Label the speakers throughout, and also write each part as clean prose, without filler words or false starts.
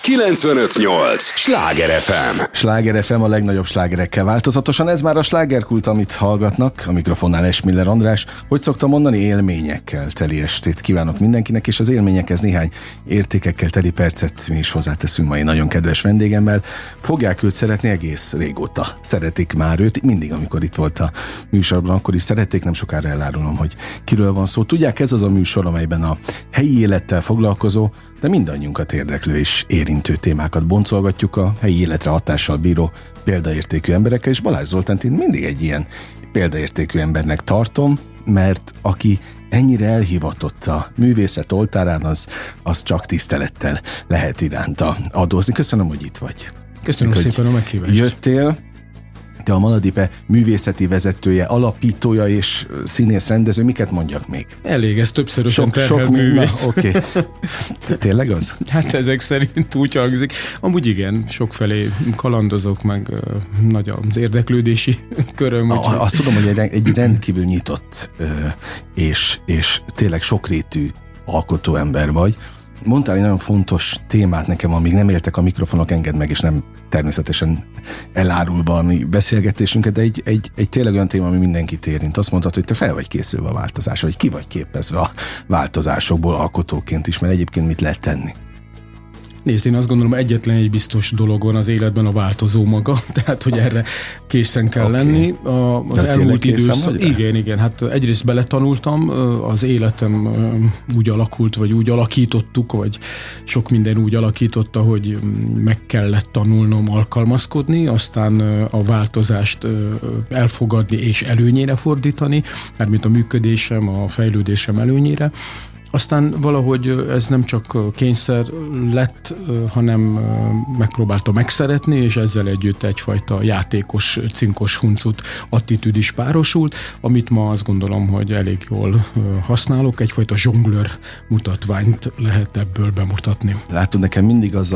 Speaker 1: 95.8 Sláger FM.
Speaker 2: Sláger FM a legnagyobb slágerekkel változatosan. Ez már a slágerkult, amit hallgatnak. A mikrofonnál Esmiller András. Hogy szoktam mondani, élményekkel teli estét kívánok mindenkinek, és az élményekhez néhány értékekkel teli percet mi is hozzáteszünk mai nagyon kedves vendégemmel. Fogják őt szeretni egész régóta. Szeretik már őt. Mindig, amikor itt volt a műsorban, akkor is szerették. Nem sokára elárulom, hogy kiről van szó. Tudják, ez az a műsor, amelyben a helyi élettel foglalkozó, de mindannyiunkat érdeklő és érintő témákat boncolgatjuk a helyi életre hatással bíró példaértékű emberekkel, és Balázs Zoltánt én mindig egy ilyen példaértékű embernek tartom, mert aki ennyire elhivatott a művészet oltárán, az csak tisztelettel lehet iránta adózni. Köszönöm, hogy itt vagy.
Speaker 3: Köszönöm szépen a meghívást. Jöttél.
Speaker 2: Te a Maladipe művészeti vezetője, alapítója és színész rendező, miket mondjak még?
Speaker 3: Elég, ez többszörösen terhelt művész.
Speaker 2: Oké. Tényleg az?
Speaker 3: Hát ezek szerint úgy hangzik. Amúgy igen, sokfelé kalandozok, meg nagy az érdeklődési köröm.
Speaker 2: Azt tudom, hogy egy rendkívül nyitott és tényleg sokrétű alkotó ember vagy. Mondtál egy nagyon fontos témát nekem, amíg nem éltek a mikrofonok, engedd meg, és nem természetesen elárulva a mi beszélgetésünket, de egy tényleg olyan téma, ami mindenkit érint. Azt mondtad, hogy te fel vagy készülve a változásra, vagy ki vagy képezve a változásokból alkotóként is, mert egyébként mit lehet tenni?
Speaker 3: Nézd, én azt gondolom, egyetlen egy biztos dolog van az életben, a változó maga, tehát hogy erre készen kell lenni. Az elmúlt időszak. Igen, hát egyrészt beletanultam, az életem úgy alakult, vagy úgy alakítottuk, vagy sok minden úgy alakította, hogy meg kellett tanulnom alkalmazkodni, aztán a változást elfogadni és előnyére fordítani, mármint a működésem, a fejlődésem előnyére. Aztán valahogy ez nem csak kényszer lett, hanem megpróbálta megszeretni, és ezzel együtt egyfajta játékos, cinkos, huncut attitűd is párosult, amit ma azt gondolom, hogy elég jól használok, egyfajta zsonglőr mutatványt lehet ebből bemutatni.
Speaker 2: Látod, nekem mindig az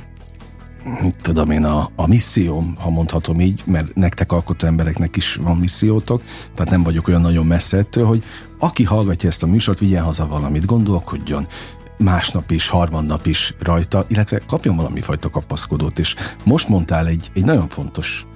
Speaker 2: mit tudom én, a misszióm, ha mondhatom így, mert nektek alkotó embereknek is van missziótok, tehát nem vagyok olyan nagyon messze ettől, hogy aki hallgatja ezt a műsort, vigyen haza valamit, gondolkodjon másnap is, harmadnap is rajta, illetve kapjon valami fajta kapaszkodót, és most mondtál egy nagyon fontos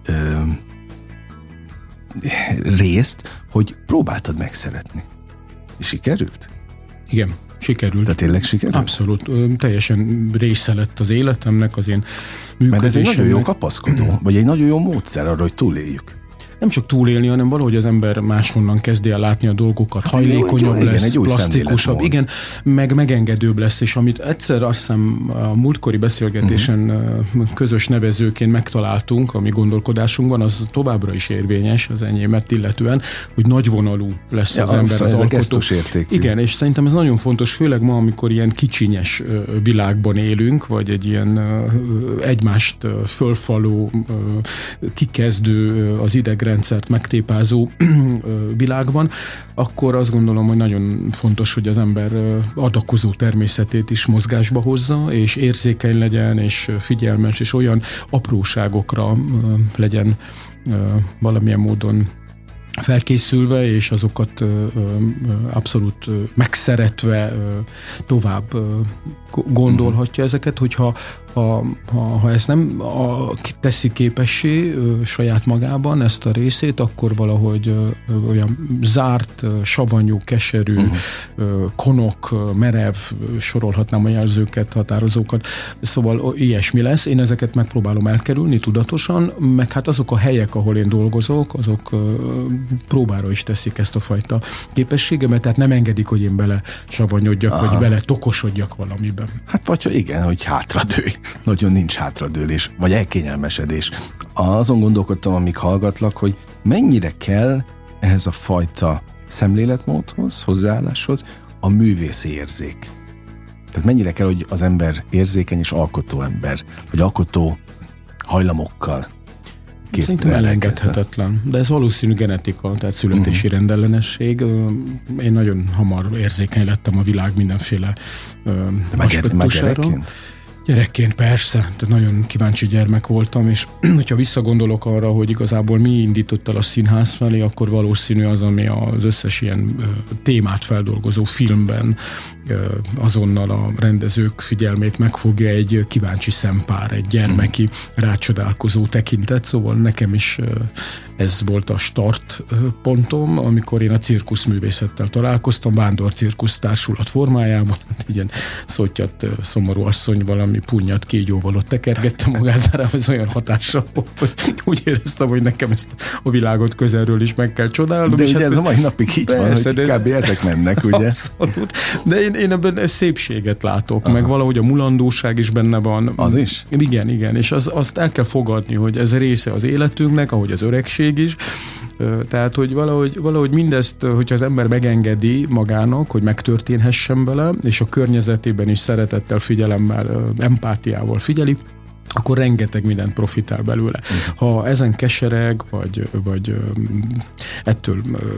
Speaker 2: részt, hogy próbáltad megszeretni. És sikerült?
Speaker 3: Igen. Sikerült.
Speaker 2: De tényleg sikerült?
Speaker 3: Abszolút. Teljesen része lett az életemnek, az én működésemnek.
Speaker 2: Mert ez egy nagyon jó kapaszkodó, vagy egy nagyon jó módszer arra, hogy túléljük.
Speaker 3: Nem csak túlélni, hanem valahogy az ember máshonnan kezdi el látni a dolgokat, hajlékonyabb lesz, plastikusabb, igen, meg megengedőbb lesz, és amit egyszer azt hiszem a múltkori beszélgetésen közös nevezőként megtaláltunk a mi gondolkodásunkban, az továbbra is érvényes az enyémet illetően, hogy nagyvonalú lesz az ember, az alkotó. Igen, és szerintem ez nagyon fontos, főleg ma, amikor ilyen kicsinyes világban élünk, vagy egy ilyen egymást fölfaló, kikezdő, az idegrendszert megtépázó világban, akkor azt gondolom, hogy nagyon fontos, hogy az ember adakozó természetét is mozgásba hozza, és érzékeny legyen, és figyelmes, és olyan apróságokra legyen valamilyen módon felkészülve, ha azokat abszolút megszeretve tovább gondolhatja ezeket, hogyha ha ezt nem teszi képessé saját magában ezt a részét, akkor valahogy olyan zárt, savanyú, keserű, konok, merev, sorolhatnám a jelzőket, határozókat, szóval ilyesmi lesz. Én ezeket megpróbálom elkerülni tudatosan, meg hát azok a helyek, ahol én dolgozok, azok próbára is teszik ezt a fajta képességemet, tehát nem engedik, hogy én bele savanyodjak, vagy bele tokosodjak valamiben.
Speaker 2: Hát vagy igen, hogy hátradőj. Nagyon nincs hátradőlés, vagy elkényelmesedés. Azon gondolkodtam, amíg hallgatlak, hogy mennyire kell ehhez a fajta szemléletmódhoz, hozzáálláshoz a művészi érzék. Tehát mennyire kell, hogy az ember érzékeny és alkotó ember, vagy alkotó hajlamokkal.
Speaker 3: Szerintem elengedhetetlen, de ez valószínű genetika, tehát születési rendellenesség. Én nagyon hamar érzékeny lettem a világ mindenféle aspektusára. Gyerekként persze, tehát nagyon kíváncsi gyermek voltam, és hogyha visszagondolok arra, hogy igazából mi indított el a színház felé, akkor valószínű az, ami az összes ilyen témát feldolgozó filmben azonnal a rendezők figyelmét megfogja, egy kíváncsi szempár, egy gyermeki rácsodálkozó tekintet, szóval nekem is ez volt a start pontom, amikor én a cirkuszművészettel találkoztam, Vándor Cirkusz Társulat formájában, ilyen szottyat szomorú asszony valami punnyat kígyóval ott tekergette magát, rá ez olyan hatással volt, hogy úgy éreztem, hogy nekem ezt a világot közelről is meg kell csodálnom.
Speaker 2: De ugye ez a mai napig így persze, van, hogy kb. Ezek mennek, ugye?
Speaker 3: Abszolút. De én ebben szépséget látok, meg valahogy a mulandóság is benne van.
Speaker 2: Az is?
Speaker 3: Igen, és azt el kell fogadni, hogy ez része az életünknek, ahogy az öregség is. Tehát, hogy valahogy mindezt, hogyha az ember megengedi magának, hogy megtörténhessen vele, és a környezetében is szeretettel, figyelemmel, empátiával figyeli, akkor rengeteg mindent profitál belőle. Ha ezen kesereg, vagy ettől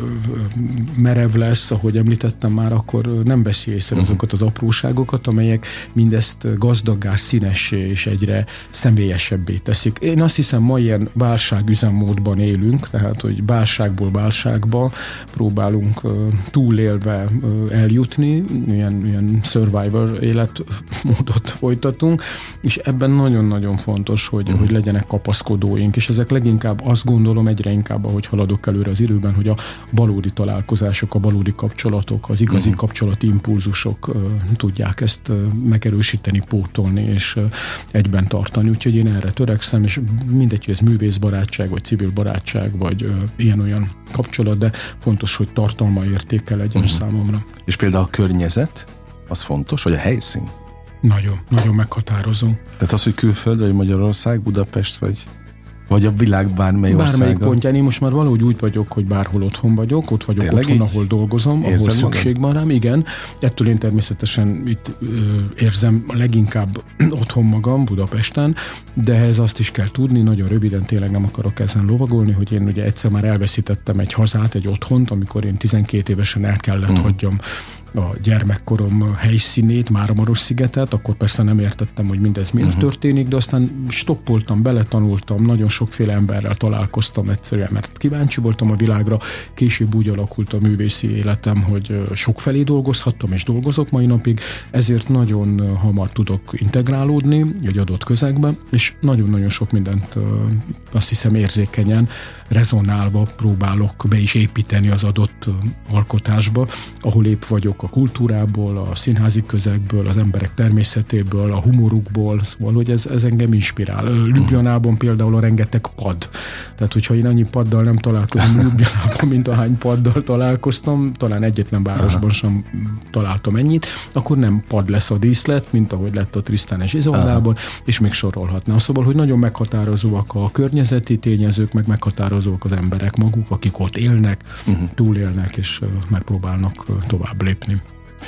Speaker 3: merev lesz, ahogy említettem már, akkor nem veszi észre azokat az apróságokat, amelyek mindezt gazdaggá, színessé és egyre személyesebbé teszik. Én azt hiszem, ma ilyen válságüzemmódban élünk, tehát, hogy válságból válságba próbálunk túlélve eljutni, ilyen survivor életmódot folytatunk, és ebben nagyon-nagyon fontos, hogy legyenek kapaszkodóink, és ezek leginkább azt gondolom egyre inkább, ahogy haladok előre az időben, hogy a valódi találkozások, a valódi kapcsolatok, az igazi kapcsolati impulzusok tudják ezt megerősíteni, pótolni és egyben tartani. Úgyhogy én erre törekszem, és mindegy, hogy ez művészbarátság, vagy civil barátság, vagy ilyen-olyan kapcsolat, de fontos, hogy tartalma, értéke legyen számomra.
Speaker 2: És például a környezet, az fontos, vagy a helyszín?
Speaker 3: Nagyon meghatározó.
Speaker 2: Tehát az, hogy külföld, vagy Magyarország, Budapest, vagy a világ bármely országa?
Speaker 3: Bármelyik pontján. Én most már valahogy úgy vagyok, hogy bárhol otthon vagyok, ott vagyok. Tényleg otthon, ahol dolgozom, ahol szükség van rám, igen. Ettől én természetesen itt érzem leginkább otthon magam, Budapesten, de ehhez azt is kell tudni, nagyon röviden, tényleg nem akarok ezen lovagolni, hogy én ugye egyszer már elveszítettem egy hazát, egy otthont, amikor én 12 évesen el kellett hagyjam a gyermekkorom helyszínét, Máramarosszigetet, akkor persze nem értettem, hogy mindez miért történik, de aztán stoppoltam, beletanultam, nagyon sokféle emberrel találkoztam egyszerűen, mert kíváncsi voltam a világra. Később úgy alakult a művészi életem, hogy sokfelé dolgozhattam, és dolgozok mai napig, ezért nagyon hamar tudok integrálódni egy adott közegbe, és nagyon-nagyon sok mindent azt hiszem érzékenyen, rezonálva próbálok be is építeni az adott alkotásba, ahol épp vagyok a kultúrából, a színházi közegből, az emberek természetéből, a humorukból, szóval, hogy ez engem inspirál. Ljubljanában például a rengeteg pad. Tehát, hogyha én annyi paddal nem találkozom Ljubljanában, mint ahány paddal találkoztam, talán egyetlen városban sem találtam ennyit, akkor nem pad lesz a díszlet, mint ahogy lett a Tristan és Izoldában, és még sorolhatnám. Szóval, hogy nagyon meghatározóak a környezeti tényezők, meg meghatározóak az emberek maguk, akik ott élnek, túlélnek, és megpróbálnak tovább lépni.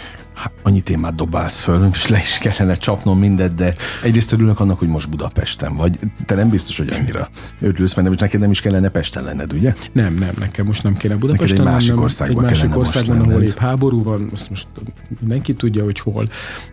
Speaker 2: Annyi témát dobálsz föl, és le is kellene csapnom mindet, de egyrészt örülök annak, hogy most Budapesten vagy. Te nem biztos, hogy annyira örülsz, mert neked nem is kellene Pesten lenned, ugye?
Speaker 3: Nem, nekem most nem kéne Budapesten.
Speaker 2: Neked egy másik országban kellene
Speaker 3: egy másik országban, ahol épp háború van, azt most mindenki tudja, hogy hol.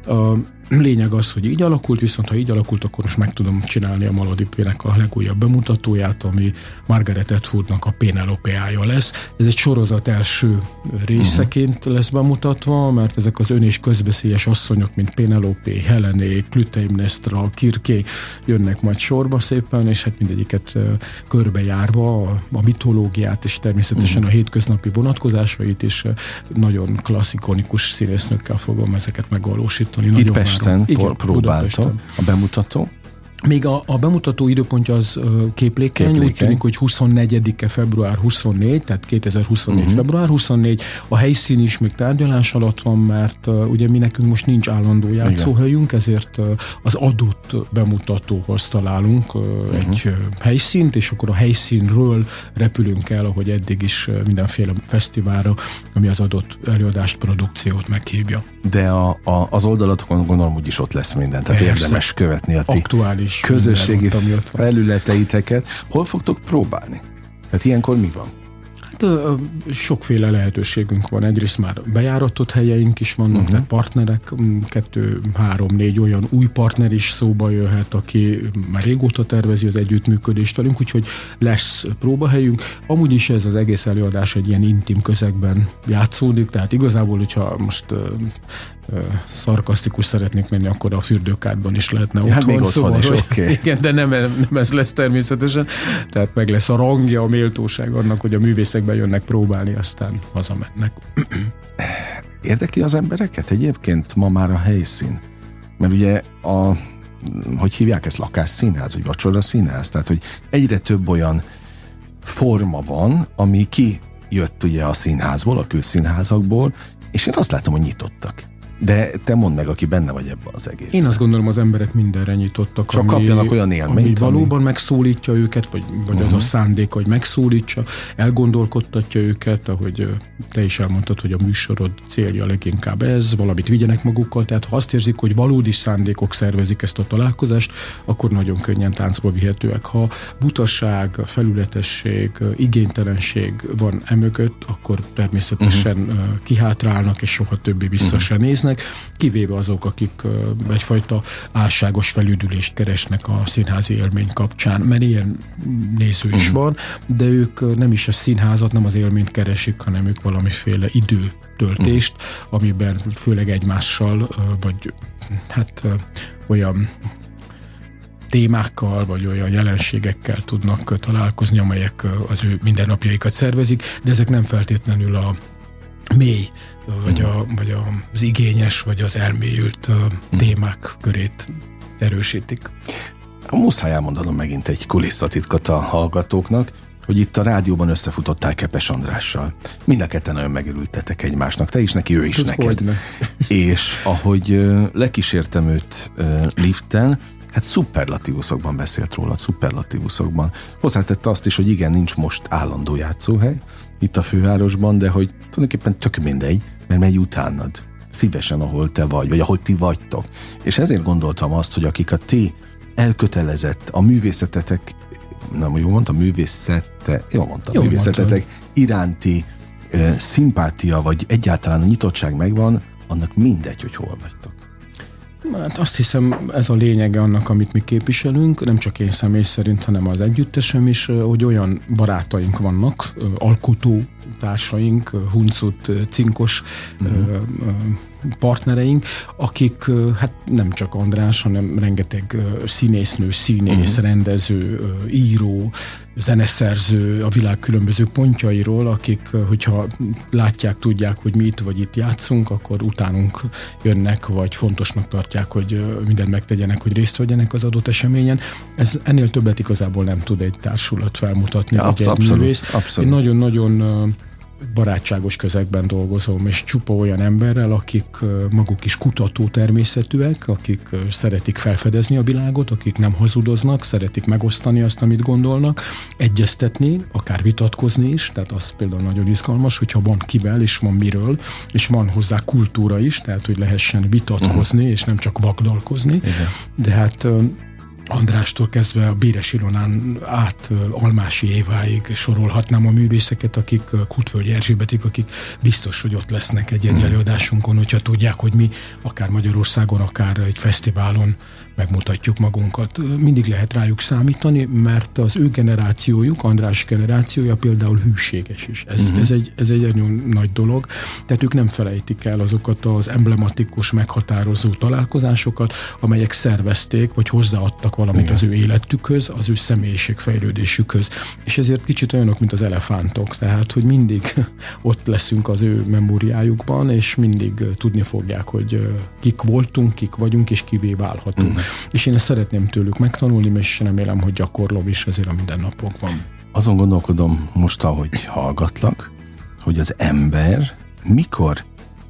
Speaker 3: Lényeg az, hogy így alakult, viszont ha így alakult, akkor most meg tudom csinálni a Maladipének a legújabb bemutatóját, ami Margaret Atwoodnak a Pénelopeája lesz. Ez egy sorozat első részeként lesz bemutatva, mert ezek az ön- és közbeszélyes asszonyok, mint Pénelope, Helené, Clytemnestra, Kirké jönnek majd sorba szépen, és hát mindegyiket körbejárva a mitológiát, és természetesen a hétköznapi vonatkozásait is nagyon klasszikonikus színésznőkkel fogom ezeket megvalósítani.
Speaker 2: Itt Pesten próbálta a bemutató.
Speaker 3: Még a bemutató időpontja az képlékeny, úgy tűnik, hogy 24-e február 24, tehát 2024 február 24. A helyszín is még tárgyalás alatt van, mert ugye mi nekünk most nincs állandó játszóhelyünk, ezért az adott bemutatóhoz találunk egy helyszínt, és akkor a helyszínről repülünk el, ahogy eddig is mindenféle fesztiválra, ami az adott előadást, produkciót meghívja.
Speaker 2: De az oldalatokon gondolom úgyis ott lesz minden, tehát érdemes követni a ti
Speaker 3: aktuális
Speaker 2: közösségi felületeiteket. Hol fogtok próbálni? Tehát ilyenkor mi van?
Speaker 3: Hát sokféle lehetőségünk van. Egyrészt már bejáratott helyeink is vannak, tehát partnerek, 2, 3, 4 olyan új partner is szóba jöhet, aki már régóta tervezi az együttműködést velünk, úgyhogy lesz próbahelyünk. Amúgy is ez az egész előadás egy ilyen intim közegben játszódik, tehát igazából, hogyha most szarkasztikus szeretnék lenni, akkor a fürdőkádban is lehetne otthon.
Speaker 2: Hát még otthon is, oké.
Speaker 3: Igen, de nem ez lesz természetesen. Tehát meg lesz a rangja, a méltóság annak, hogy a művészekben jönnek próbálni, aztán hazamennek.
Speaker 2: Érdekli az embereket egyébként ma már a helyszín? Mert ugye hogy hívják ezt, lakásszínház, vagy vacsoraszínház? Tehát, hogy egyre több olyan forma van, ami kijött ugye a színházból, a külszínházakból, és én azt látom, hogy nyitottak. De te mondd meg, aki benne vagy ebben az egész.
Speaker 3: Én azt gondolom, az emberek mindenre nyitottak.
Speaker 2: Csak kapjanak olyan élményt,
Speaker 3: ami valóban megszólítja őket, vagy az a szándék, hogy megszólítsa, elgondolkodtatja őket, ahogy te is elmondtad, hogy a műsorod célja leginkább ez, valamit vigyenek magukkal, tehát ha azt érzik, hogy valódi szándékok szervezik ezt a találkozást, akkor nagyon könnyen táncba vihetőek. Ha butaság, felületesség, igénytelenség van emögött, akkor természetesen kihátrálnak, és soha többé vissza se néznek, kivéve azok, akik egyfajta álságos felüdülést keresnek a színházi élmény kapcsán, mert ilyen néző is van, de ők nem is a színházat, nem az élményt keresik, hanem ők valamiféle időtöltést, amiben főleg egymással, vagy hát olyan témákkal, vagy olyan jelenségekkel tudnak találkozni, amelyek az ő mindennapjaikat szervezik, de ezek nem feltétlenül a mély, vagy az igényes, vagy az elmélyült témák körét erősítik.
Speaker 2: Muszáj elmondanom megint egy kulisszatitkot a hallgatóknak, hogy itt a rádióban összefutottál Kepes Andrással. Mind a ketten nagyon megörültetek egymásnak, te is neki, ő is neked. És ahogy lekísértem őt liften, hát szuperlatívuszokban beszélt rólad, szuperlatívuszokban. Hozzátette azt is, hogy igen, nincs most állandó játszóhely itt a fővárosban, de hogy tulajdonképpen tök mindegy, mert megy utánad. Szívesen, ahol te vagy ahol ti vagytok. És ezért gondoltam azt, hogy akik a ti elkötelezett, a művészetetek, nem jól mondtam, művészetetek iránti szimpátia, vagy egyáltalán a nyitottság megvan, annak mindegy, hogy hol vagytok.
Speaker 3: Hát azt hiszem, ez a lényege annak, amit mi képviselünk, nem csak én személy szerint, hanem az együttesem is, hogy olyan barátaink vannak, alkotótársaink, huncut, cinkos partnereink, akik hát nem csak András, hanem rengeteg színésznő, színész, rendező, író, zeneszerző a világ különböző pontjairól, akik, hogyha látják, tudják, hogy mi itt vagy itt játszunk, akkor utánunk jönnek, vagy fontosnak tartják, hogy mindent megtegyenek, hogy részt vegyenek az adott eseményen. Ez ennél többet igazából nem tud egy társulat felmutatni, vagy egy művész. Én nagyon-nagyon barátságos közegben dolgozom, és csupa olyan emberrel, akik maguk is kutató természetűek, akik szeretik felfedezni a világot, akik nem hazudoznak, szeretik megosztani azt, amit gondolnak, egyeztetni, akár vitatkozni is, tehát az például nagyon izgalmas, hogyha van kivel, és van miről, és van hozzá kultúra is, tehát hogy lehessen vitatkozni, és nem csak vagdalkozni, de hát Andrástól kezdve a Béres Ilonán át Almási Éváig sorolhatnám a művészeket, akik Kútvölgyi Erzsébetik, akik biztos, hogy ott lesznek egy előadásunkon, hogyha tudják, hogy mi akár Magyarországon, akár egy fesztiválon megmutatjuk magunkat. Mindig lehet rájuk számítani, mert az ő generációjuk, András generációja például hűséges is. Ez egy nagyon nagy dolog. Tehát ők nem felejtik el azokat az emblematikus, meghatározó találkozásokat, amelyek szervezték, vagy hozzáadtak valamit az ő életükhöz, az ő személyiségfejlődésükhöz. És ezért kicsit olyanok, mint az elefántok. Tehát, hogy mindig ott leszünk az ő memóriájukban, és mindig tudni fogják, hogy kik voltunk, kik vagyunk, és kivé válhatunk. És én ezt szeretném tőlük megtanulni, és remélem, hogy gyakorlom is ezért a mindennapokban.
Speaker 2: Azon gondolkodom most, ahogy hallgatlak, hogy az ember mikor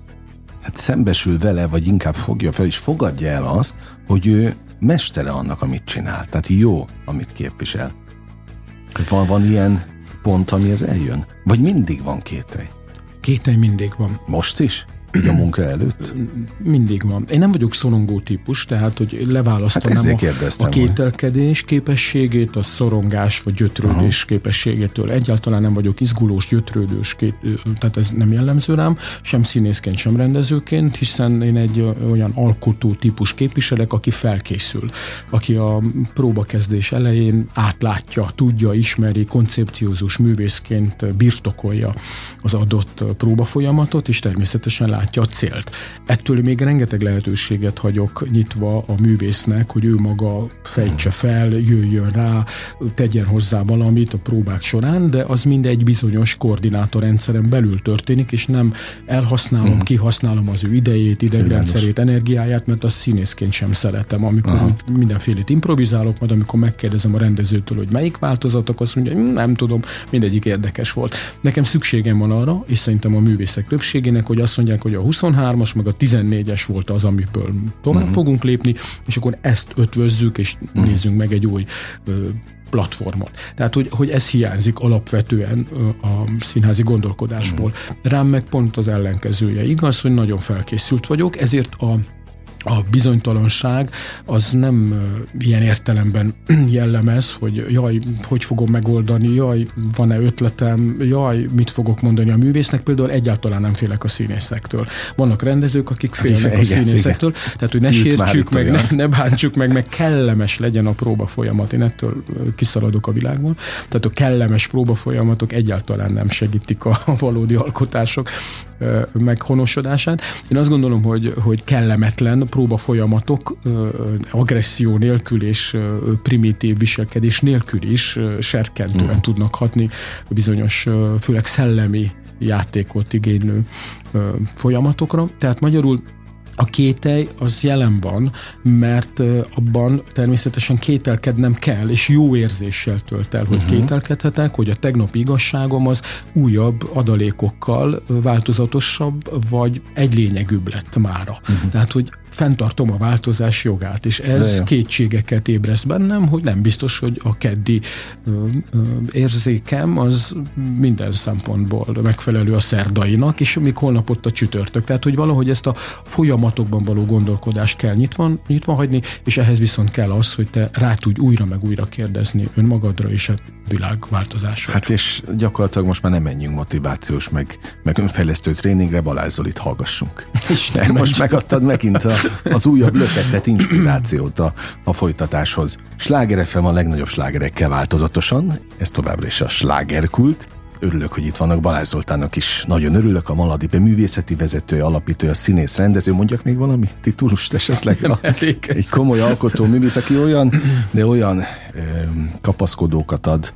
Speaker 2: szembesül vele, vagy inkább fogja fel, és fogadja el azt, hogy ő mestere annak, amit csinál. Tehát jó, amit képvisel. Tehát van ilyen pont, amihez eljön? Vagy mindig van kételj?
Speaker 3: Kételj mindig van.
Speaker 2: Most is? így a munka előtt?
Speaker 3: Mindig van. Én nem vagyok szorongó típus, tehát hogy leválasztanám a kételkedés képességét, a szorongás vagy gyötrődés képességétől. Egyáltalán nem vagyok izgulós, gyötrődős, tehát ez nem jellemző rám, sem színészként, sem rendezőként, hiszen én egy olyan alkotó típus képviselek, aki felkészül, aki a próbakezdés elején átlátja, tudja, ismeri, koncepciózus művészként birtokolja az adott próbafolyamatot, és természetesen látja a célt. Ettől még rengeteg lehetőséget hagyok nyitva a művésznek, hogy ő maga fejtse fel, jöjjön rá, tegyen hozzá valamit a próbák során, de az mind egy bizonyos koordinátorrendszeren belül történik, és nem elhasználom, kihasználom az ő idejét, idegrendszerét, energiáját, mert azt színészként sem szeretem, amikor úgy mindenfélét improvizálok, majd amikor megkérdezem a rendezőtől, hogy melyik változatok, azt mondja, hogy nem tudom, mindegyik érdekes volt. Nekem szükségem van arra, és szerintem a művészek többségének, hogy azt mondják, hogy a 23-as, meg a 14-es volt az, amiből tovább fogunk lépni, és akkor ezt ötvözzük, és nézzünk meg egy új platformot. Tehát, hogy ez hiányzik alapvetően a színházi gondolkodásból. Rám meg pont az ellenkezője. Igaz, hogy nagyon felkészült vagyok, ezért a bizonytalanság az nem ilyen értelemben jellemez, hogy jaj, hogy fogom megoldani, jaj, van-e ötletem, jaj, mit fogok mondani a művésznek, például egyáltalán nem félek a színészek-től. Vannak rendezők, akik félnek a színészektől, tehát hogy ne sértsük meg, ne bántsuk meg kellemes legyen a próba folyamat. Én ettől kiszaladok a világból. Tehát a kellemes próba folyamatok egyáltalán nem segítik a valódi alkotások meghonosodását. Én azt gondolom, hogy kellemetlen próbafolyamatok agresszió nélkül és primitív viselkedés nélkül is serkentően tudnak hatni bizonyos, főleg szellemi játékot igénylő folyamatokra. Tehát magyarul a kételj az jelen van, mert abban természetesen kételkednem kell, és jó érzéssel tölt el, hogy kételkedhetek, hogy a tegnapi igazságom az újabb adalékokkal változatosabb, vagy egylényegűbb lett mára. Tehát, hogy fenntartom a változás jogát, és ez kétségeket ébreszt bennem, hogy nem biztos, hogy a keddi érzékem az minden szempontból megfelelő a szerdainak, és még holnap ott a csütörtök. Tehát, hogy valahogy ezt a folyamatokban való gondolkodást kell nyitva hagyni, és ehhez viszont kell az, hogy te rá tudj újra meg újra kérdezni önmagadra és a világváltozásra.
Speaker 2: Hát és gyakorlatilag most már nem menjünk motivációs, meg önfejlesztő tréningre, Balázs Zolit hallgassunk. Mert most megadtad megint az újabb löketet, inspirációt a folytatáshoz. Sláger FM a legnagyobb slágerekkel változatosan, ez továbbra is a slágerkult. Örülök, hogy itt vannak, Balázs Zoltánnak is nagyon örülök, a Maladipe művészeti vezető, alapítő, a színész, rendező. Mondjak még valami titulust esetleg? Egy komoly alkotó művész, aki olyan kapaszkodókat ad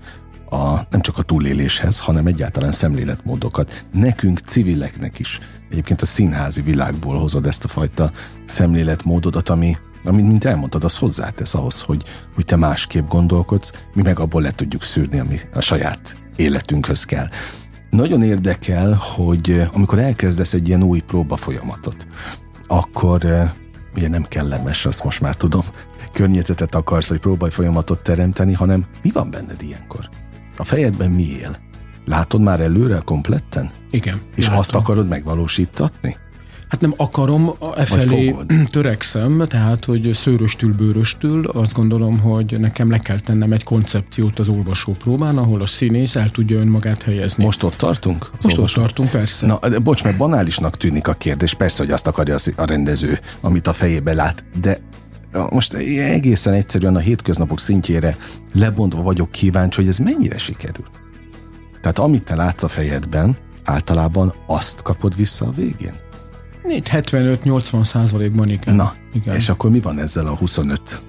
Speaker 2: nem csak a túléléshez, hanem egyáltalán szemléletmódokat. Nekünk, civileknek is. Egyébként a színházi világból hozod ezt a fajta szemléletmódodat, ami mint elmondtad, az hozzátesz ahhoz, hogy te másképp gondolkodsz, mi meg abból le tudjuk szűrni, ami a saját életünkhöz kell. Nagyon érdekel, hogy amikor elkezdesz egy ilyen új próbafolyamatot, akkor ugye nem kellemes, azt most már tudom, környezetet akarsz, vagy próbafolyamatot teremteni, hanem mi van benned ilyenkor? A fejedben mi él? Látod már előre kompletten?
Speaker 3: Igen.
Speaker 2: És látom. Azt akarod megvalósítatni?
Speaker 3: Hát nem akarom, efelé törekszem, tehát, hogy szőröstül, bőröstül, azt gondolom, hogy nekem le kell tennem egy koncepciót az olvasópróbán, ahol a színész el tudja önmagát helyezni.
Speaker 2: Most ott tartunk?
Speaker 3: Most ott tartunk, persze.
Speaker 2: Na, bocs, mert banálisnak tűnik a kérdés, persze, hogy azt akarja a rendező, amit a fejébe lát, de most egészen egyszerűen a hétköznapok szintjére lebontva vagyok kíváncsi, hogy ez mennyire sikerül. Tehát amit te látsz a fejedben, általában azt kapod vissza a végén?
Speaker 3: Itt 75-80%-ban igen.
Speaker 2: Na,
Speaker 3: igen.
Speaker 2: És akkor mi van ezzel a 25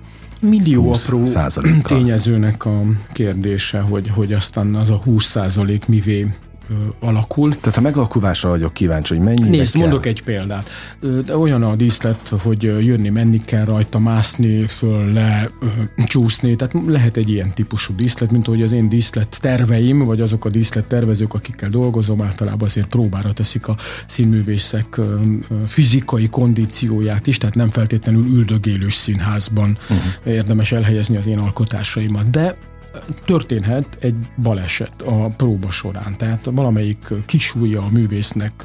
Speaker 3: millió apró tényezőnek a kérdése, hogy aztán az a 20% mivé alakult.
Speaker 2: Tehát a megalkulásra vagyok kíváncsi, hogy mennyibe
Speaker 3: Nézd, kell. Mondok egy példát. De olyan a díszlet, hogy jönni-menni kell rajta, mászni, föl, le, csúszni. Tehát lehet egy ilyen típusú díszlet, mint hogy az én díszlet terveim, vagy azok a díszlettervezők, akikkel dolgozom, általában azért próbára teszik a színművészek fizikai kondícióját is, tehát nem feltétlenül üldögélős színházban érdemes elhelyezni az én alkotásaimat. De történhet egy baleset a próba során. Tehát valamelyik kisúlya a művésznek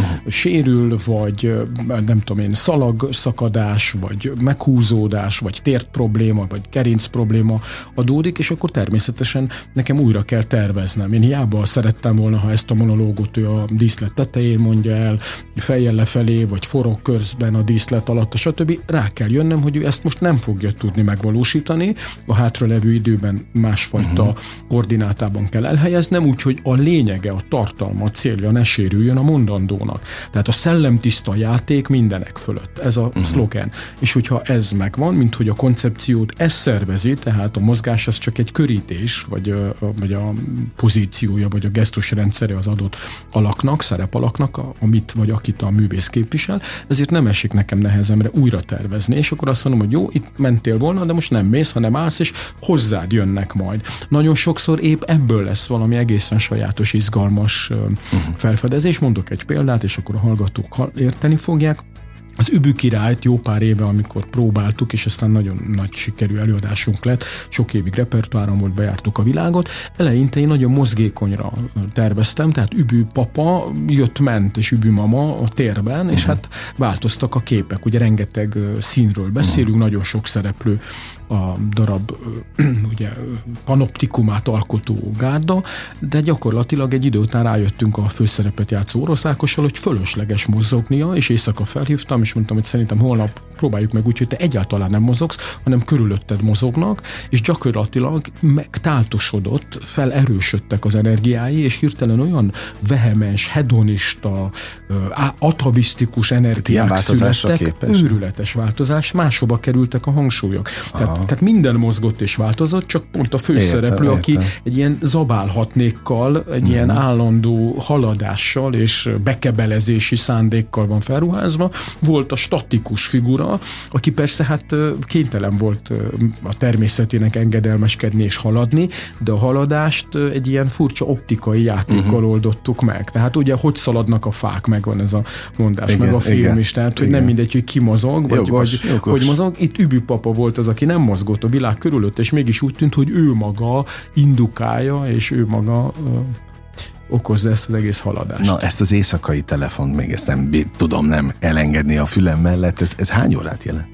Speaker 3: sérül, vagy nem tudom én, szalagszakadás, vagy meghúzódás, vagy tért probléma, vagy gerinc probléma adódik, és akkor természetesen nekem újra kell terveznem. Én hiába szerettem volna, ha ezt a monológot ő a díszlet tetején mondja el, fejjel lefelé, vagy forog közben a díszlet alatt, stb. Rá kell jönnöm, hogy ő ezt most nem fogja tudni megvalósítani, a hátralevő időben másfajta koordinátában kell elhelyeznem, úgyhogy a lényege, a tartalma, a célja ne sérüljön a mondandónak. Tehát a szellemtiszta játék mindenek fölött. Ez a szlogen. És hogyha ez megvan, mint hogy a koncepciót ez szervezi, tehát a mozgás az csak egy körítés, vagy a pozíciója, vagy a gesztusrendszere az adott alaknak, szerepalaknak, amit vagy akit a művész képvisel, ezért nem esik nekem nehezemre újra tervezni, és akkor azt mondom, hogy jó, itt mentél volna, de most nem mész, hanem állsz, és hozzád jönnek majd. Nagyon sokszor épp ebből lesz valami egészen sajátos, izgalmas felfedezés. Mondok egy példát, és akkor a hallgatók érteni fogják. Az Übű királyt jó pár éve, amikor próbáltuk, és aztán nagyon nagy sikerű előadásunk lett, sok évig repertoáron volt, bejártuk a világot, eleinte én nagyon mozgékonyra terveztem, tehát Übű papa jött-ment, és Übű mama a térben, és hát változtak a képek, ugye rengeteg színről beszélünk, nagyon sok szereplő a darab ugye, panoptikumát alkotó gárda, de gyakorlatilag egy idő után rájöttünk a főszerepet játszó Orosz Ákossal, hogy fölösleges mozognia, és éjszaka felhívtam, és mondtam, hogy szerintem holnap próbáljuk meg úgy, hogy te egyáltalán nem mozogsz, hanem körülötted mozognak, és gyakorlatilag megtáltosodott, felerősödtek az energiái, és hirtelen olyan vehemens, hedonista, atavisztikus energiák születtek, őrületes változás, máshova kerültek a hangsúlyok. Tehát minden mozgott és változott, csak pont a főszereplő, aki egy ilyen zabálhatnékkal, egy ilyen állandó haladással és bekebelezési szándékkal van felruházva, volt a statikus figura, aki persze hát kénytelen volt a természetének engedelmeskedni és haladni, de a haladást egy ilyen furcsa optikai játékkal oldottuk meg. Tehát ugye, hogy szaladnak a fák, megvan ez a mondás, igen, meg a film is, tehát hogy nem mindegy, hogy ki mozog, vagy hogy mozog. Itt Übű papa volt az, aki nem mozgott a világ körülött, és mégis úgy tűnt, hogy ő maga indukálja, és ő maga okozza ezt az egész haladást.
Speaker 2: Na, ezt az éjszakai telefont még ezt nem tudom nem elengedni a fülem mellett, ez hány órát jelent?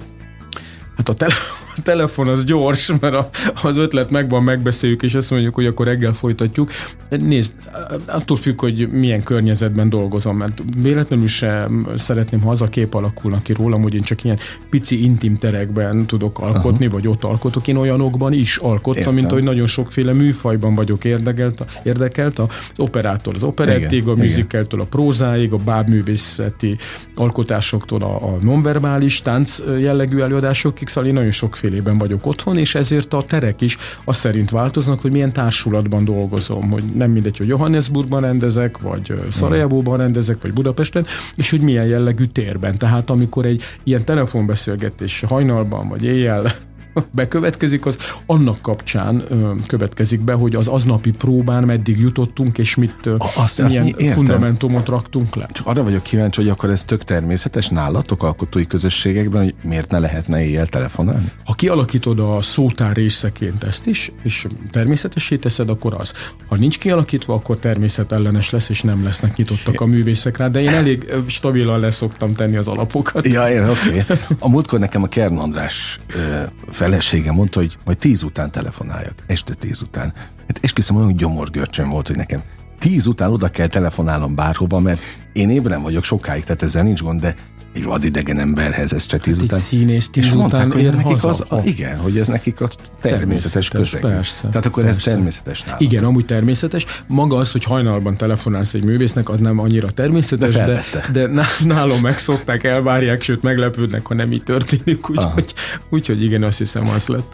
Speaker 3: Hát a telefon az gyors, mert az ötlet megvan, megbeszéljük, és azt mondjuk, hogy akkor reggel folytatjuk. Nézd, attól függ, hogy milyen környezetben dolgozom, mert véletlenül sem szeretném, ha az a kép alakulna ki rólam, hogy én csak ilyen pici intim terekben tudok alkotni, vagy ott alkotok. Én olyanokban is alkottam, mint hogy nagyon sokféle műfajban vagyok érdekelt, az operától az operettig, a musicaltől a prózáig, a bábművészeti alkotásoktól a nonverbális tánc jellegű előadásokig, szóval én nagyon sokfélében vagyok otthon, és ezért a terek is azt szerint változnak, hogy milyen társulatban dolgozom, hogy nem mindegy, hogy Johannesburgban rendezek, vagy Szarajevóban rendezek, vagy Budapesten, és hogy milyen jellegű térben. Tehát amikor egy ilyen telefonbeszélgetés hajnalban, vagy éjjel bekövetkezik, az annak kapcsán következik be, hogy az aznapi próbán meddig jutottunk, és milyen fundamentumot raktunk le.
Speaker 2: Csak arra vagyok kíváncsi, hogy akkor ez tök természetes nálatok, alkotói közösségekben, hogy miért ne lehetne éjjel telefonálni?
Speaker 3: Ha kialakítod a szótár részeként ezt is, és természetessé teszed, akkor az. Ha nincs kialakítva, akkor természetellenes lesz, és nem lesznek nyitottak a művészek rá, de én elég stabilan leszoktam tenni az alapokat.
Speaker 2: Ja, oké. A múltkor nekem a Kern András felesége mondta, hogy majd 10 után telefonáljak. Este 10 után. Hát esküszöm, olyan gyomorgörcsön volt, hogy nekem 10 után oda kell telefonálnom bárhova, mert én ébren vagyok sokáig, tehát ezzel nincs gond, de egy vadidegen emberhez este 10 után.
Speaker 3: Egy színész 10 után ér haza.
Speaker 2: Igen, hogy ez nekik a természetes közeg.
Speaker 3: Persze,
Speaker 2: tehát akkor ez természetes nálad.
Speaker 3: Igen, amúgy természetes. Maga az, hogy hajnalban telefonálsz egy művésznek, az nem annyira természetes, de nálam megszokták, elvárják, sőt meglepődnek, ha nem így történik. Úgyhogy igen, azt hiszem, az lett.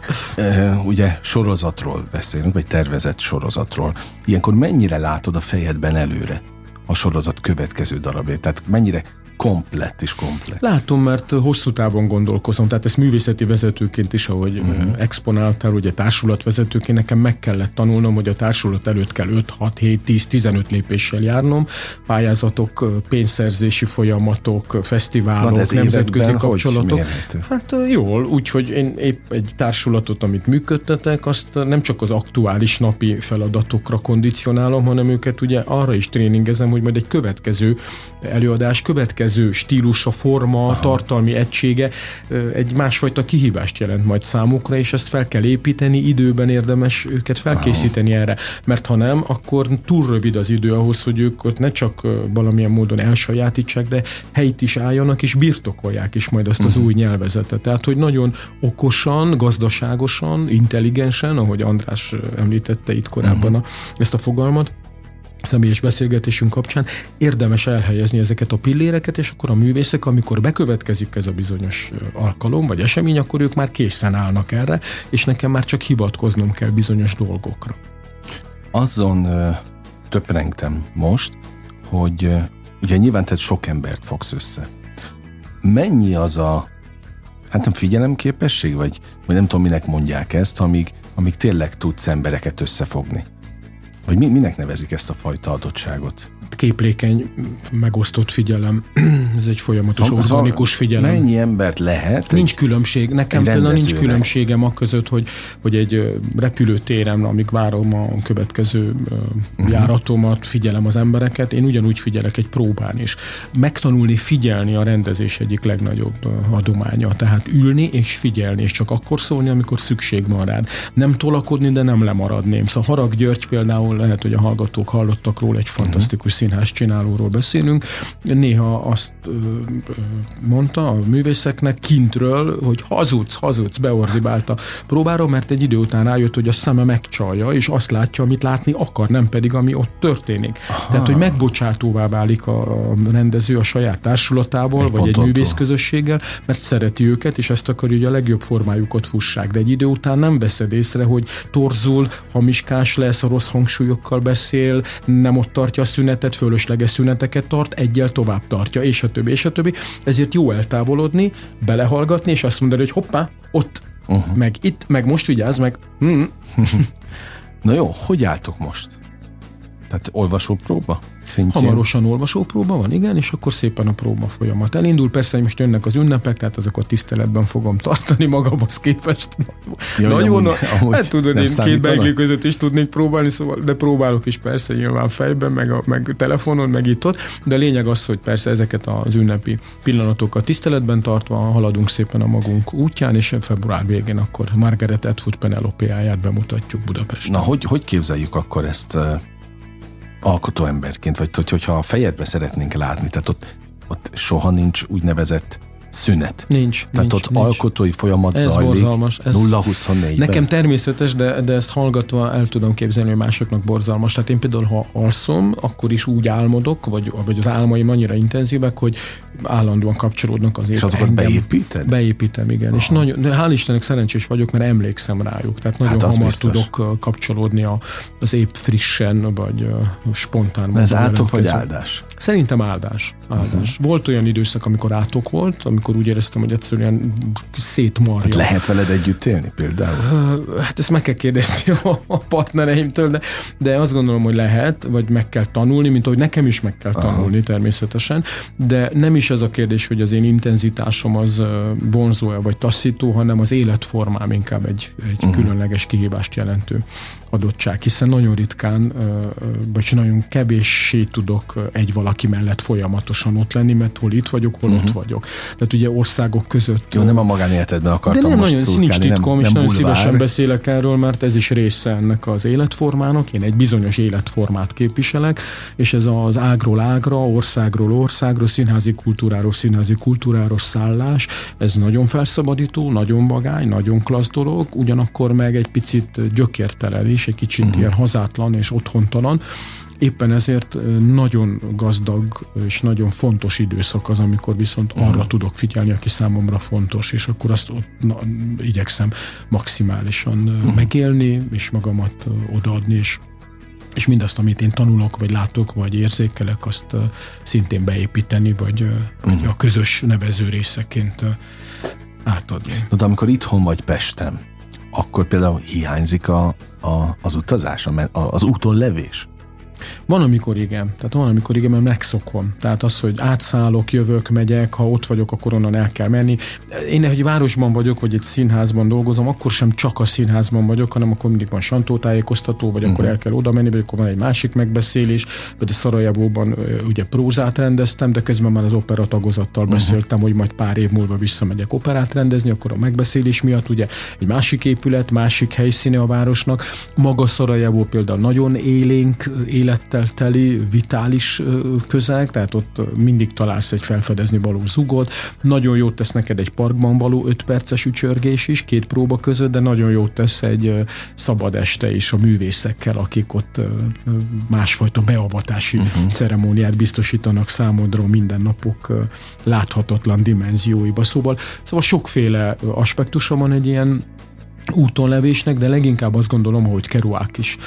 Speaker 2: Ugye sorozatról beszélünk, vagy tervezett sorozatról. Ilyenkor mennyire látod a fejedben előre a sorozat következő darabját? Tehát mennyire komplett és komplex.
Speaker 3: Látom, mert hosszú távon gondolkozom, tehát ezt művészeti vezetőként is, ahogy exponáltál, ugye társulatvezetőként nekem meg kellett tanulnom, hogy a társulat előtt kell 5, 6, 7, 10, 15 lépéssel járnom, pályázatok, pénzszerzési folyamatok, fesztiválok, nemzetközi kapcsolatok. Hát jól, úgyhogy én épp egy társulatot, amit működtetek, azt nem csak az aktuális napi feladatokra kondicionálom, hanem őket ugye arra is tréningezem, hogy majd egy következő előadás, következő stílusa, forma, tartalmi egysége egy másfajta kihívást jelent majd számukra, és ezt fel kell építeni, időben érdemes őket felkészíteni erre, mert ha nem, akkor túl rövid az idő ahhoz, hogy ők ott ne csak valamilyen módon elsajátítsák, de helyt is álljanak, és birtokolják is majd azt az új nyelvezetet. Tehát, hogy nagyon okosan, gazdaságosan, intelligensen, ahogy András említette itt korábban ezt a fogalmat, személyes beszélgetésünk kapcsán érdemes elhelyezni ezeket a pilléreket, és akkor a művészek, amikor bekövetkezik ez a bizonyos alkalom, vagy esemény, akkor ők már készen állnak erre, és nekem már csak hivatkoznom kell bizonyos dolgokra.
Speaker 2: Azon töprengtem most, hogy ugye nyilván te sok embert fogsz össze. Mennyi az a, hát nem figyelemképesség, vagy nem tudom, minek mondják ezt, amíg tényleg tudsz embereket összefogni? Vagy minek nevezik ezt a fajta adottságot?
Speaker 3: Képlékeny, megosztott figyelem. Ez egy folyamatos, organikus figyelem.
Speaker 2: Mennyi embert lehet?
Speaker 3: Nincs különbség. Nekem például nincs különbségem a között, hogy egy repülőtéren, amíg várom a következő járatomat, figyelem az embereket, én ugyanúgy figyelek egy próbán is. Megtanulni figyelni a rendezés egyik legnagyobb adománya. Tehát ülni és figyelni, és csak akkor szólni, amikor szükség van rád. Nem tolakodni, de nem lemaradni. Szóval Harag György például, lehet, hogy a hallgatók hallottak róla, egy fantasztikus színház csinálóról beszélünk. Néha azt mondta a művészeknek kintről, hogy hazudsz, beordibált a próbára, mert egy idő után rájött, hogy a szeme megcsalja, és azt látja, amit látni akar, nem pedig, ami ott történik. Aha. Tehát, hogy megbocsátóvá válik a rendező a saját társulatával, vagy egy művészközösséggel, mert szereti őket, és ezt akarja, hogy a legjobb formájukat fussák. De egy idő után nem veszed észre, hogy torzul, hamiskás lesz, a rossz hangsúlyokkal beszél, nem ott tartja a szünetet, fölösleges szüneteket tart, egyel tovább tartja, és a többi, és a többi. Ezért jó eltávolodni, belehallgatni, és azt mondani, hogy hoppá, ott, meg itt, meg most vigyázz, meg...
Speaker 2: Na jó, hogy álltok most? Tehát olvasópróba szintjén?
Speaker 3: Hamarosan olvasópróba van, igen, és akkor szépen a próba folyamat elindul. Persze, most jönnek az ünnepek, tehát azokat tiszteletben fogom tartani magamhoz képest. Nagyon, hát tudod, én két beigli között is tudnék próbálni, szóval, de próbálok is persze nyilván fejben, meg telefonon, meg itt-ott, de a lényeg az, hogy persze ezeket az ünnepi pillanatokat tiszteletben tartva haladunk szépen a magunk útján, és február végén akkor Margaret Atwood Penelope-áját bemutatjuk Budapesten.
Speaker 2: Na, hogy képzeljük akkor ezt alkotó emberként, vagy hogyha a fejedbe szeretnénk látni, tehát ott soha nincs úgynevezett szünet.
Speaker 3: Nincs.
Speaker 2: Tehát ott alkotói folyamat
Speaker 3: ez
Speaker 2: zajlik.
Speaker 3: Borzalmas.
Speaker 2: 0-24-ben.
Speaker 3: Nekem természetes, de ezt hallgatva el tudom képzelni, hogy másoknak borzalmas. Tehát én például, ha alszom, akkor is úgy álmodok, vagy az álmaim annyira intenzívek, hogy állandóan kapcsolódnak az
Speaker 2: És azokat beépíted?
Speaker 3: Beépítem, igen. És de hál' Istennek szerencsés vagyok, mert emlékszem rájuk. Tehát nagyon hamar tudok kapcsolódni az épp frissen, vagy spontán.
Speaker 2: Ez átok vagy áldás?
Speaker 3: Szerintem áldás. Volt olyan időszak, amikor átok volt, amikor úgy éreztem, hogy egyszerűen szétmarja.
Speaker 2: Hát lehet veled együtt élni például?
Speaker 3: Hát ezt meg kell kérdezni a partnereimtől, de azt gondolom, hogy lehet, vagy meg kell tanulni, mint ahogy nekem is meg kell tanulni természetesen, de nem is ez a kérdés, hogy az én intenzitásom az vonzó-e vagy taszító, hanem az életformám inkább egy különleges kihívást jelentő adottság, hiszen nagyon ritkán, vagy nagyon kevéssé tudok egy valaki mellett folyamatosan ott lenni, mert hol itt vagyok, hol ott vagyok. Tehát ugye országok között...
Speaker 2: Jó, nem a magánéletedben akartam
Speaker 3: de nem
Speaker 2: most
Speaker 3: nagyon, nincs titkom, és nagyon szívesen beszélek erről, mert ez is része ennek az életformának. Én egy bizonyos életformát képviselek, és ez az ágról ágra, országról országra, színházi kultúráról szállás, ez nagyon felszabadító, nagyon vagány, nagyon klassz dolog, ugyanakkor meg egy picit gyökértelen is, egy kicsit ilyen hazátlan és otthontalan. Éppen ezért nagyon gazdag és nagyon fontos időszak az, amikor viszont arra tudok figyelni, aki számomra fontos, és akkor azt igyekszem maximálisan megélni, és magamat odaadni, és és mindazt, amit én tanulok, vagy látok, vagy érzékelek, azt szintén beépíteni, vagy a közös nevező részeként átadni.
Speaker 2: De amikor itthon vagy Pesten, akkor például hiányzik az utazás, az úton levés?
Speaker 3: Van, amikor igen. Tehát van, amikor igen, mert megszokom. Tehát az, hogy átszállok, jövök, megyek, ha ott vagyok, akkor onnan el kell menni. Én egy városban vagyok, vagy egy színházban dolgozom, akkor sem csak a színházban vagyok, hanem akkor mindig van sajtótájékoztató, vagy akkor el kell oda menni, vagy akkor van egy másik megbeszélés, vagy a Szarajevóban ugye prózát rendeztem, de közben már az opera tagozattal beszéltem, hogy majd pár év múlva visszamegyek operát rendezni, akkor a megbeszélés miatt ugye egy másik épület, másik helyszíne a városnak. Maga Szarajevó például nagyon élénk, élettel teli, vitális közeg, tehát ott mindig találsz egy felfedezni való zugot. Nagyon jót tesz neked egy parkban való 5 perces ücsörgés is, 2 próba között, de nagyon jót tesz egy szabad este is a művészekkel, akik ott másfajta beavatási ceremóniát biztosítanak számodra mindennapok láthatatlan dimenzióiba. Szóval sokféle aspektusa van egy ilyen útonlevésnek, de leginkább azt gondolom, hogy Kerouac is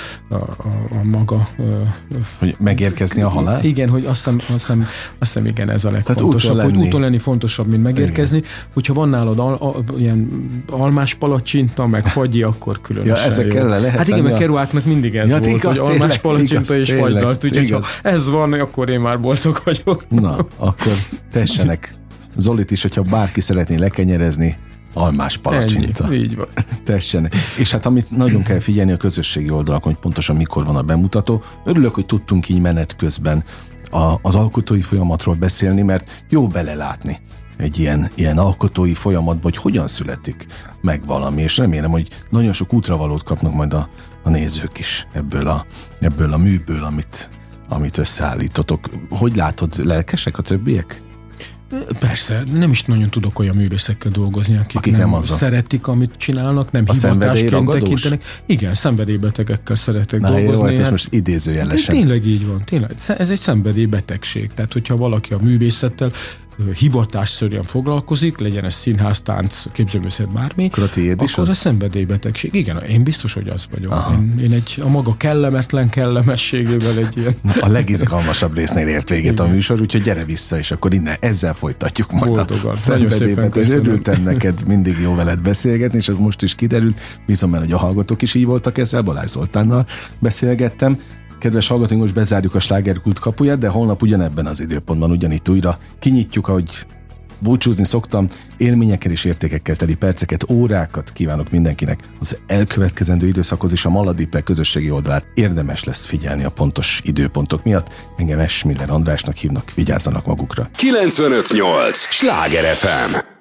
Speaker 3: a maga...
Speaker 2: Hogy megérkezni a halál?
Speaker 3: Igen, hogy azt hiszem igen, ez a legfontosabb. Hogy úton lenni fontosabb, mint megérkezni. Igen. Hogyha van nálad ilyen almás palacsinta, meg fagyi, akkor különösen
Speaker 2: ja, ezekkel le lehet.
Speaker 3: Hát igen, mert Kerouacnak mindig ez volt, igaz, hogy almás palacsinta és fagylalt. Úgyhogy ha ez van, akkor én már boldog vagyok.
Speaker 2: Na, akkor tessenek Zolit is, hogyha bárki szeretné lekenyerezni, almás palacsinta.
Speaker 3: Ennyi, így van.
Speaker 2: Tessen. És hát amit nagyon kell figyelni a közösségi oldalakon, hogy pontosan mikor van a bemutató. Örülök, hogy tudtunk így menet közben az alkotói folyamatról beszélni, mert jó belelátni egy ilyen alkotói folyamatba, hogy hogyan születik meg valami, és remélem, hogy nagyon sok útravalót kapnak majd a nézők is ebből a műből, amit összeállítotok. Hogy látod, lelkesek a többiek?
Speaker 3: Persze, nem is nagyon tudok olyan művészekkel dolgozni, akik nem szeretik, amit csinálnak, nem hivatásként tekintenek. Igen, szenvedélybetegekkel szeretek dolgozni.
Speaker 2: Ez most idézőjelesen.
Speaker 3: Tényleg így van, tényleg. Ez egy szenvedélybetegség. Tehát, hogyha valaki a művészettel hivatásszerűen foglalkozik, legyen ez színház, tánc, képzőművészet, bármi, akkor a szenvedélybetegség. Igen, én biztos, hogy az vagyok. Én a maga kellemetlenségével egy ilyen...
Speaker 2: A legizgalmasabb résznél ért véget igen. A műsor, úgyhogy gyere vissza, és akkor innen ezzel folytatjuk majd
Speaker 3: boldogan.
Speaker 2: A szenvedélybetegség. Örültem neked, mindig jó veled beszélgetni, és ez most is kiderült. Bízom el, hogy a hallgatók is így voltak ezzel, Balázs Zoltánnal beszélgettem. Kedves hallgatóink, most bezárjuk a Slágerkult kapuját, de holnap ugyanebben az időpontban ugyanitt újra kinyitjuk, ahogy búcsúzni szoktam, élményekkel és értékekkel teli perceket, órákat kívánok mindenkinek. Az elkövetkezendő időszakhoz is a Maladipek közösségi oldalát érdemes lesz figyelni a pontos időpontok miatt. Engem Esmiller Andrásnak hívnak, vigyázzanak magukra.
Speaker 1: 95.8 Sláger FM